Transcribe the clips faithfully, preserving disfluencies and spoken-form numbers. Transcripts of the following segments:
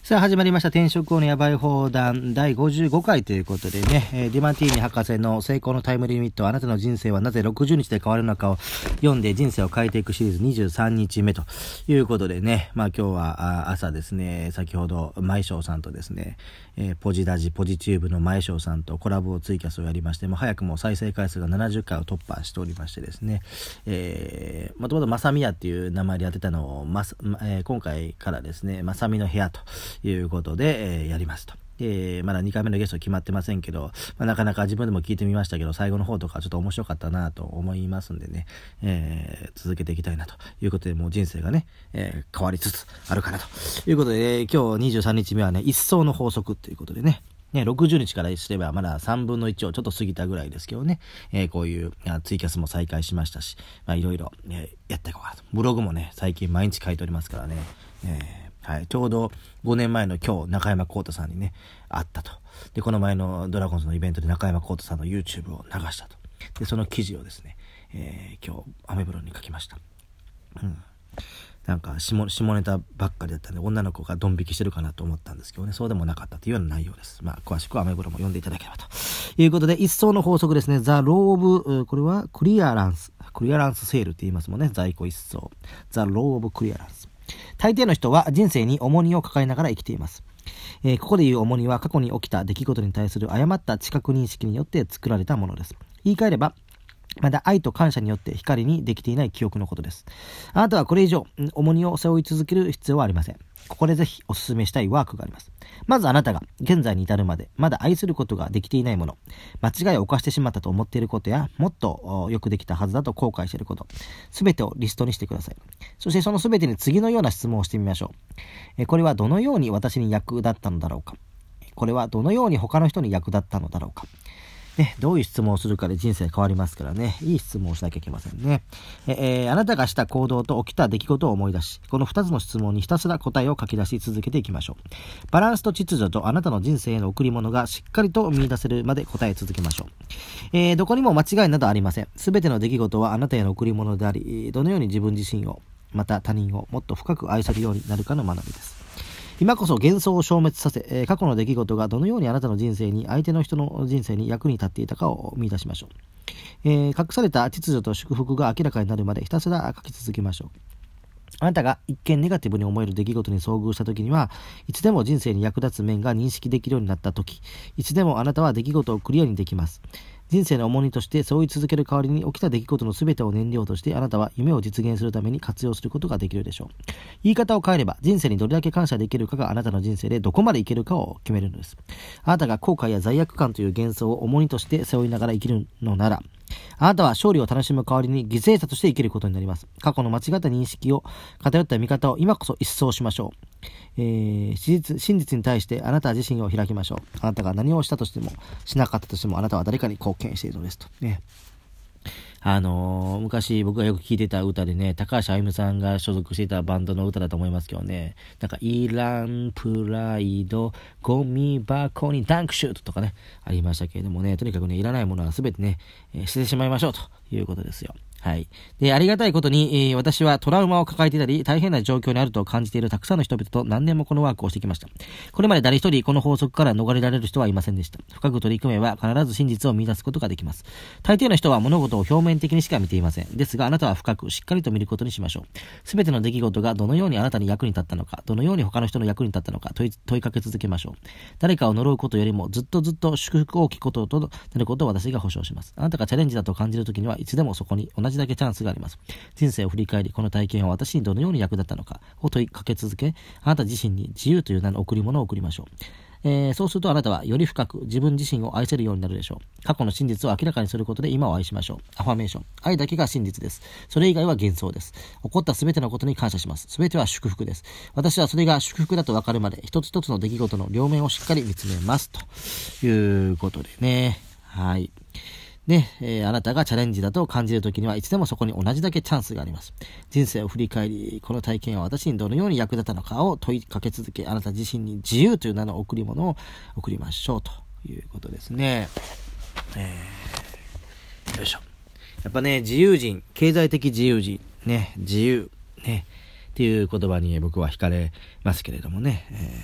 さあ始まりました転職王のヤバい放談だいごじゅうごかいということでね、えー、ディマティーニ博士の成功のタイムリミット、あなたの人生はなぜろくじゅうにちで変わるのかを読んで人生を変えていくシリーズにじゅうさんにちめということでね、まあ今日は朝ですね、先ほど前翔さんとですね、えー、ポジラジポジチューブの前翔さんとコラボツイキャスをやりまして、もう早くも再生回数がななじゅっかいを突破しておりましてですね、えー、もともとまさみやっていう名前でやってたのを、まえー、今回からですね、まさみの部屋ということで、えー、やりますと。えー、まだにかいめのゲスト決まってませんけど、まあ、なかなか自分でも聞いてみましたけど、最後の方とかちょっと面白かったなと思いますんでね、えー、続けていきたいなということで、もう人生がね、えー、変わりつつあるかなということで、えー、今日にじゅうさんにちめはね、一層の法則ということでね、ね、ろくじゅうにちからすればまださんぶんのいちをちょっと過ぎたぐらいですけどね、えー、こういうツイキャスも再開しましたし、まあいろいろ、えー、やっていこうかなと。ブログもね、最近毎日書いておりますからね、えーはい、ちょうどごねんまえの今日中山浩太さんにね会ったと。でこの前のドラゴンズのイベントで中山浩太さんの YouTube を流したと。でその記事をですね、えー、今日アメブロに書きました。うんなんか 下, 下ネタばっかりだったんで女の子がドン引きしてるかなと思ったんですけどね、そうでもなかったというような内容です。まあ詳しくはアメブロも読んでいただければということで、一層の法則ですね。ザ・ロー・オブ、これはクリアランスクリアランスセールって言いますもんね。在庫一掃、ザ・ロー・オブ・クリアランス。大抵の人は人生に重荷を抱えながら生きています。えー、ここで言う重荷は過去に起きた出来事に対する誤った知覚認識によって作られたものです。言い換えれば、まだ愛と感謝によって光にできていない記憶のことです。あなたはこれ以上重荷を背負い続ける必要はありません。ここでぜひお勧めしたいワークがあります。まずあなたが現在に至るまでまだ愛することができていないもの、間違いを犯してしまったと思っていることや、もっとよくできたはずだと後悔していること、すべてをリストにしてください。そしてそのすべてに次のような質問をしてみましょう。これはどのように私に役立ったのだろうか。これはどのように他の人に役立ったのだろうか。ね、どういう質問をするかで人生変わりますからね、いい質問をしなきゃいけませんね。えー、あなたがした行動と起きた出来事を思い出し、このふたつの質問にひたすら答えを書き出し続けていきましょう。バランスと秩序とあなたの人生への贈り物がしっかりと見出せるまで答え続けましょう。えー、どこにも間違いなどありません。すべての出来事はあなたへの贈り物であり、どのように自分自身を、また他人をもっと深く愛せるようになるかの学びです。今こそ幻想を消滅させ、えー、過去の出来事がどのようにあなたの人生に、相手の人の人生に役に立っていたかを見出しましょう。えー、隠された秩序と祝福が明らかになるまでひたすら書き続けましょう。あなたが一見ネガティブに思える出来事に遭遇した時には、いつでも人生に役立つ面が認識できるようになった時、いつでもあなたは出来事をクリアにできます。人生の重荷として背負い続ける代わりに起きた出来事の全てを燃料として、あなたは夢を実現するために活用することができるでしょう。言い方を変えれば、人生にどれだけ感謝できるかがあなたの人生でどこまでいけるかを決めるのです。あなたが後悔や罪悪感という幻想を重荷として背負いながら生きるのなら、あなたは勝利を楽しむ代わりに犠牲者として生きることになります。過去の間違った認識を、偏った見方を今こそ一掃しましょう。えー、真実、真実に対してあなた自身を開きましょう。あなたが何をしたとしてもしなかったとしても、あなたは誰かに貢献しているのですとね。あのー、昔僕がよく聴いてた歌でね、高橋あゆむさんが所属していたバンドの歌だと思いますけどね、なんかイランプライドゴミ箱にダンクシュートとかねありましたけれどもね、とにかくね、いらないものは全てね、えー、捨ててしまいましょうということですよ。はい。で、ありがたいことに、えー、私はトラウマを抱えていたり、大変な状況にあると感じているたくさんの人々と何年もこのワークをしてきました。これまで誰一人この法則から逃れられる人はいませんでした。深く取り組めば必ず真実を見出すことができます。大抵の人は物事を表面的にしか見ていません。ですが、あなたは深くしっかりと見ることにしましょう。すべての出来事がどのようにあなたに役に立ったのか、どのように他の人の役に立ったのか問い、問いかけ続けましょう。誰かを呪うことよりもずっとずっと祝福を聞くこととなることを私が保証します。あなたがチャレンジだと感じるときにはいつでもそこに同じだけチャンスがあります。人生を振り返り、この体験は私にどのように役立ったのかを問いかけ続け、あなた自身に自由という名の贈り物を贈りましょう。えー、そうするとあなたはより深く自分自身を愛せるようになるでしょう。過去の真実を明らかにすることで今を愛しましょう。アファメーション。愛だけが真実です。それ以外は幻想です。起こったすべてのことに感謝します。すべては祝福です。私はそれが祝福だと分かるまで一つ一つの出来事の両面をしっかり見つめます。ということでね。はい。ね、えー、あなたがチャレンジだと感じるときにはいつでもそこに同じだけチャンスがあります。人生を振り返り、この体験は私にどのように役立ったのかを問いかけ続け、あなた自身に自由という名の贈り物を贈りましょうということですね。えー、よいしょ。やっぱね、自由人、経済的自由人、ね、自由、ね、っていう言葉に僕は惹かれますけれどもね。えー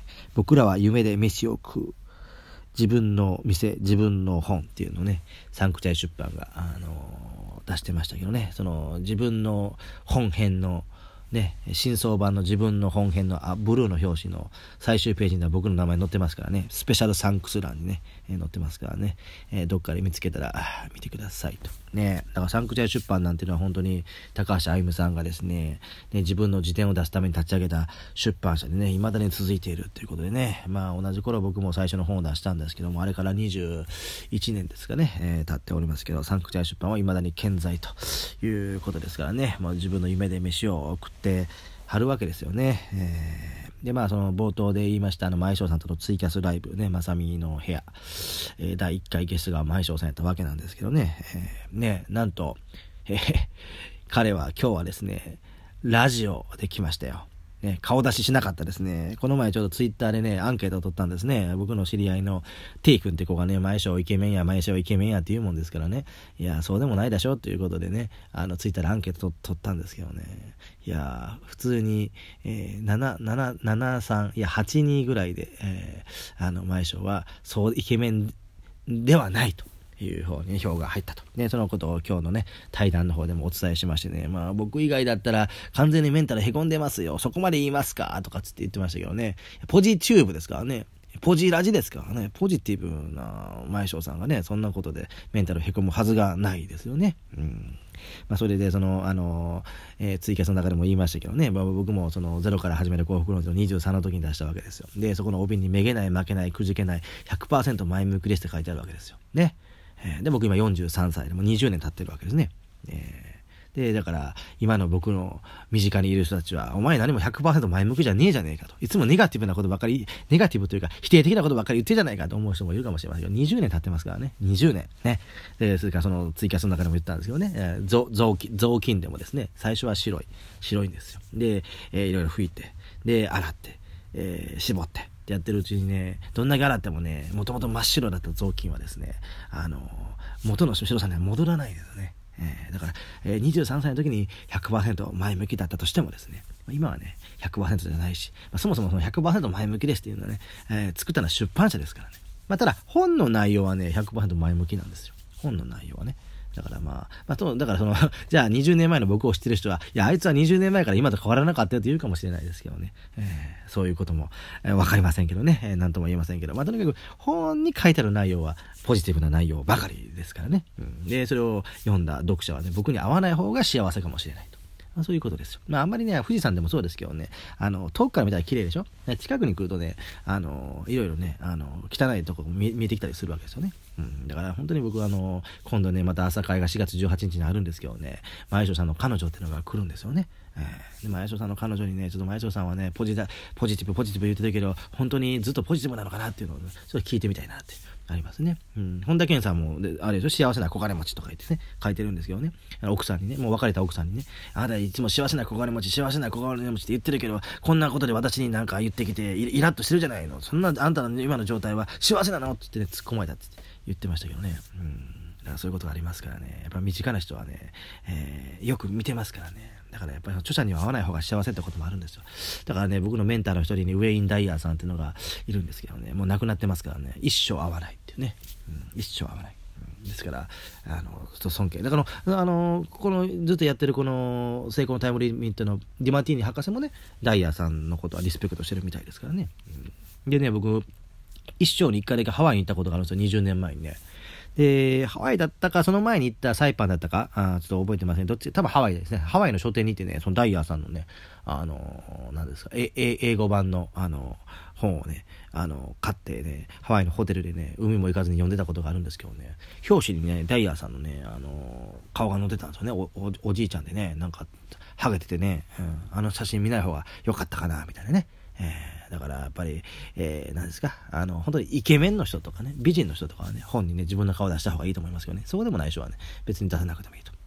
僕らは夢で飯を食う。自分の店、自分の本っていうのをね、サンクチュアリ出版が、あのー、出してましたけどね、その自分の本編のね、新装版の自分の本編のあブルーの表紙の最終ページには僕の名前載ってますからね、スペシャルサンクス欄にね、えー、載ってますからね、えー、どっかで見つけたら見てくださいとね。だからサンクチュアリ出版なんていうのは本当に高橋歩さんがですね、ね自分の辞典を出すために立ち上げた出版社でね、未だに続いているということでね、まあ同じ頃僕も最初の本を出したんですけども、あれからにじゅういちねんですかね、えー、経っておりますけど、サンクチュアリ出版は未だに健在ということですからね、まあ、自分の夢で飯を食ってはるわけですよね。えー、でまあその冒頭で言いましたあの前翔さんとのツイキャスライブね、まさみの部屋、えー、だいいっかいゲストが前翔さんやったわけなんですけどね、えー、ねなんと、えー、彼は今日はですねラジオで来ましたよ。ね、顔出ししなかったですね。この前ちょっとツイッターでねアンケートを取ったんですね。僕の知り合いの T 君って子がね、前翔イケメンや前翔イケメンやって言うもんですからね、いやそうでもないでしょっていうことでね、あのツイッターでアンケート取ったんですけどね、いや普通に、えー、なな、なな、なな、さんいやはち、にぐらいで、えー、あの前翔はそうイケメンではないという方に票が入ったと。で、そのことを今日のね、対談の方でもお伝えしましてね、まあ僕以外だったら完全にメンタルへこんでますよ。そこまで言いますかとかつって言ってましたけどね。ポジチューブですからね。ポジラジですからね。ポジティブな前翔さんがね、そんなことでメンタルへこむはずがないですよね。うん。まあそれでその、あの、えー、ツイキャスの中でも言いましたけどね、まあ、僕もそのゼロから始める幸福論のにじゅうさんの時に出したわけですよ。で、そこの帯にめげない、負けない、くじけない、ひゃくパーセント 前向きですって書いてあるわけですよ。ね。えー、で僕今よんじゅうさんさいでもうにじゅうねん経ってるわけですね。えー、でだから今の僕の身近にいる人たちはお前何も ひゃくパーセント 前向きじゃねえじゃねえかと、いつもネガティブなことばかりネガティブというか否定的なことばっかり言ってるじゃないかと思う人もいるかもしれませんけど、にじゅうねん経ってますからね。にじゅうねんね。でそれからそのツイキャスの中でも言ったんですけどね、えー、雑巾雑巾でもですね、最初は白い白いんですよ。で、えー、いろいろ拭いてで洗って、えー、絞ってやってるうちにね、どんだけ洗ってもね、もともと真っ白だった雑巾はですね、あの元の白さには戻らないですよね。えー、だから、えー、にじゅうさんさいの時に ひゃくパーセント 前向きだったとしてもですね、今はね ひゃくパーセント じゃないし、まあ、そもそもその ひゃくパーセント 前向きですっていうのはね、えー、作ったのは出版社ですからね。まあ、ただ本の内容はね ひゃくパーセント 前向きなんですよ。本の内容はね。だからまあ、まあ、とだからそのじゃあにじゅうねんまえの僕を知ってる人は、いやあいつはにじゅうねんまえから今と変わらなかったよと言うかもしれないですけどね、えー、そういうことも、えー、分かりませんけどね、えー、なんとも言えませんけど、まあとにかく本に書いてある内容はポジティブな内容ばかりですからね、うん、でそれを読んだ読者はね、僕に合わない方が幸せかもしれないと。まあ、そういうことですよ。まああんまりね、富士山でもそうですけどね、あの遠くから見たら綺麗でしょ。近くに来るとね、あのいろいろね、あの汚いところ見見えてきたりするわけですよね。うん、だから本当に僕はあの今度ね、また朝会がしがつじゅうはちにちにあるんですけどね、前翔さんの彼女っていうのが来るんですよね。えー、で前翔さんの彼女にね、ちょっと前翔さんはね、ポジタポジティブポジティブ言ってたけど、本当にずっとポジティブなのかなっていうのを、ね、ちょっと聞いてみたいなってありますね。うん、本田健さんもであれでしょ、幸せな小金持ちとか言ってね書いてるんですけどね、奥さんにね、もう別れた奥さんにね、あなたいつも幸せな小金持ち幸せな小金持ちって言ってるけど、こんなことで私になんか言ってきてイラッとしてるじゃないの、そんなあんたの今の状態は幸せなのって言ってね、突っ込まれたって言ってましたけどね。うん、だからそういうことがありますからね、やっぱ身近な人はね、えー、よく見てますからね。だからやっぱり著者には合わない方が幸せってこともあるんですよ。だからね、僕のメンターの一人にウェイン・ダイヤーさんっていうのがいるんですけどね、もう亡くなってますからね、一生合わないっていうね、うん、一生合わない、うん、ですからあの尊敬だからあのこのずっとやってるこの成功のタイムリミットのディマティーニ博士もね、ダイヤーさんのことはリスペクトしてるみたいですからね。うん、でね、僕一生に一回だけハワイに行ったことがあるんですよ、にじゅうねんまえにね。でハワイだったかその前に行ったサイパンだったかあちょっと覚えてません。どっち多分ハワイですね。ハワイの書店に行ってね、そのダイヤーさんのね、あの何ですか、ええ英語版のあの本をね、あの買ってね、ハワイのホテルでね、海も行かずに読んでたことがあるんですけどね、表紙にねダイヤーさんのね、あの顔が載ってたんですよね。 お, お, おじいちゃんでね、なんかハゲててね、うん、あの写真見ない方が良かったかなみたいなね。えー、だからやっぱり、えー、何ですか、あの本当にイケメンの人とかね、美人の人とかはね、本にね自分の顔を出した方がいいと思いますけどね、そうでもない人はね別に出さなくてもいいと。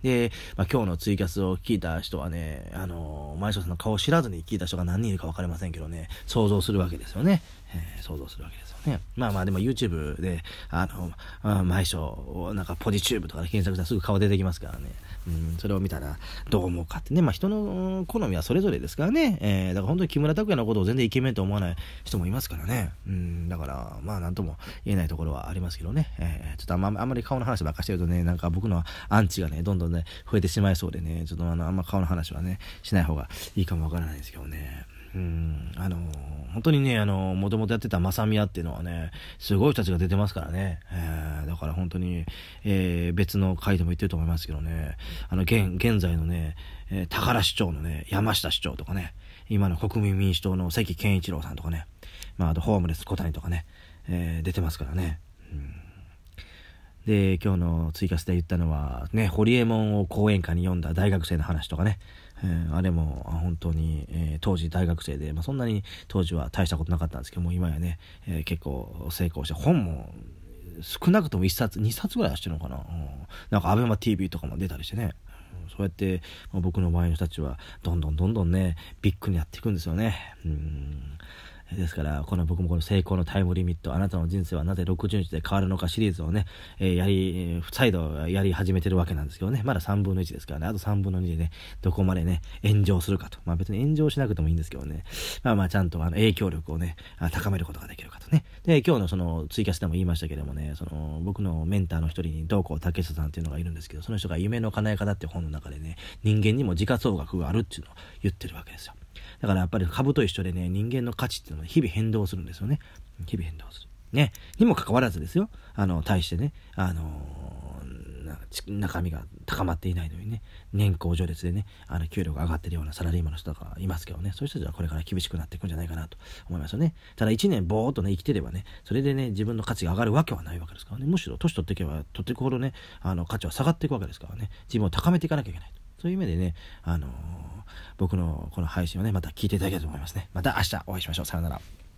で、まあ、今日のツイキャスを聞いた人はね、あのー、前翔さんの顔を知らずに聞いた人が何人いるか分かりませんけどね、想像するわけですよね。えー、想像するわけですよね。まあまあでも YouTube で、あの、あ前翔、なんかポジチューブとかで検索したらすぐ顔出てきますからね。うん、それを見たらどう思うかってね。まあ人の好みはそれぞれですからね。えー、だから本当に木村拓哉のことを全然イケメンと思わない人もいますからね。うん、だから、まあなんとも言えないところはありますけどね。えー、ちょっとあんま、あんまり顔の話ばっかしてるとね、なんか僕のアンチがね、どんどんね、増えてしまいそうでね、ちょっとあの、あんま顔の話はね、しない方がいいかもわからないですけどね。うん、あのー、本当にね、あのー、もともとやってたまさみやっていうのはね、すごい人たちが出てますからね。えー、だから本当に、えー、別の回でも言ってると思いますけどね、あの、現、現在のね、えー、高良市長のね、山下市長とかね、今の国民民主党の関健一郎さんとかね、まあ、あとホームレス小谷とかね、えー、出てますからね。うんで、今日のツイキャスで言ったのは、ね、ホリエモンを講演会に読んだ大学生の話とかね、えー、あれも本当に、えー、当時大学生で、まあ、そんなに当時は大したことなかったんですけども、今やね、えー、結構成功して本も少なくともいっさつにさつぐらいはしてるのかな、うん、なんかアベマ ティービー とかも出たりしてね、そうやって、まあ、僕の場合の人たちはどんどんどんどんねビッグになっていくんですよね。うんですから、この僕もこの成功のタイムリミット、あなたの人生はなぜろくじゅうにちで変わるのかシリーズをね、えー、やり、再度やり始めてるわけなんですけどね、まださんぶんのいちですからね、あとさんぶんのにでね、どこまでね、炎上するかと。まあ別に炎上しなくてもいいんですけどね、まあまあちゃんとあの影響力をね、高めることができるかとね。で、今日のそのツイキャスでも言いましたけれどもね、その僕のメンターの一人に道光武久さんっていうのがいるんですけど、その人が夢の叶え方っていう本の中でね、人間にも時価総額があるっていうのを言ってるわけですよ。だからやっぱり株と一緒でね、人間の価値っていうのは日々変動するんですよね。日々変動する。ね。にもかかわらずですよ。あの、対してね、あのー、中身が高まっていないのにね、年功序列でね、あの、給料が上がってるようなサラリーマンの人とかいますけどね、そういう人たちはこれから厳しくなっていくんじゃないかなと思いますよね。ただ一年ぼーっとね、生きてればね、それでね、自分の価値が上がるわけはないわけですからね。むしろ年取っていけば、取っていくほどね、あの、価値は下がっていくわけですからね。自分を高めていかなきゃいけないと。そういう意味でね、あのー、僕のこの配信をね、また聞いていただけたらと思いますね。また明日お会いしましょう。さよなら。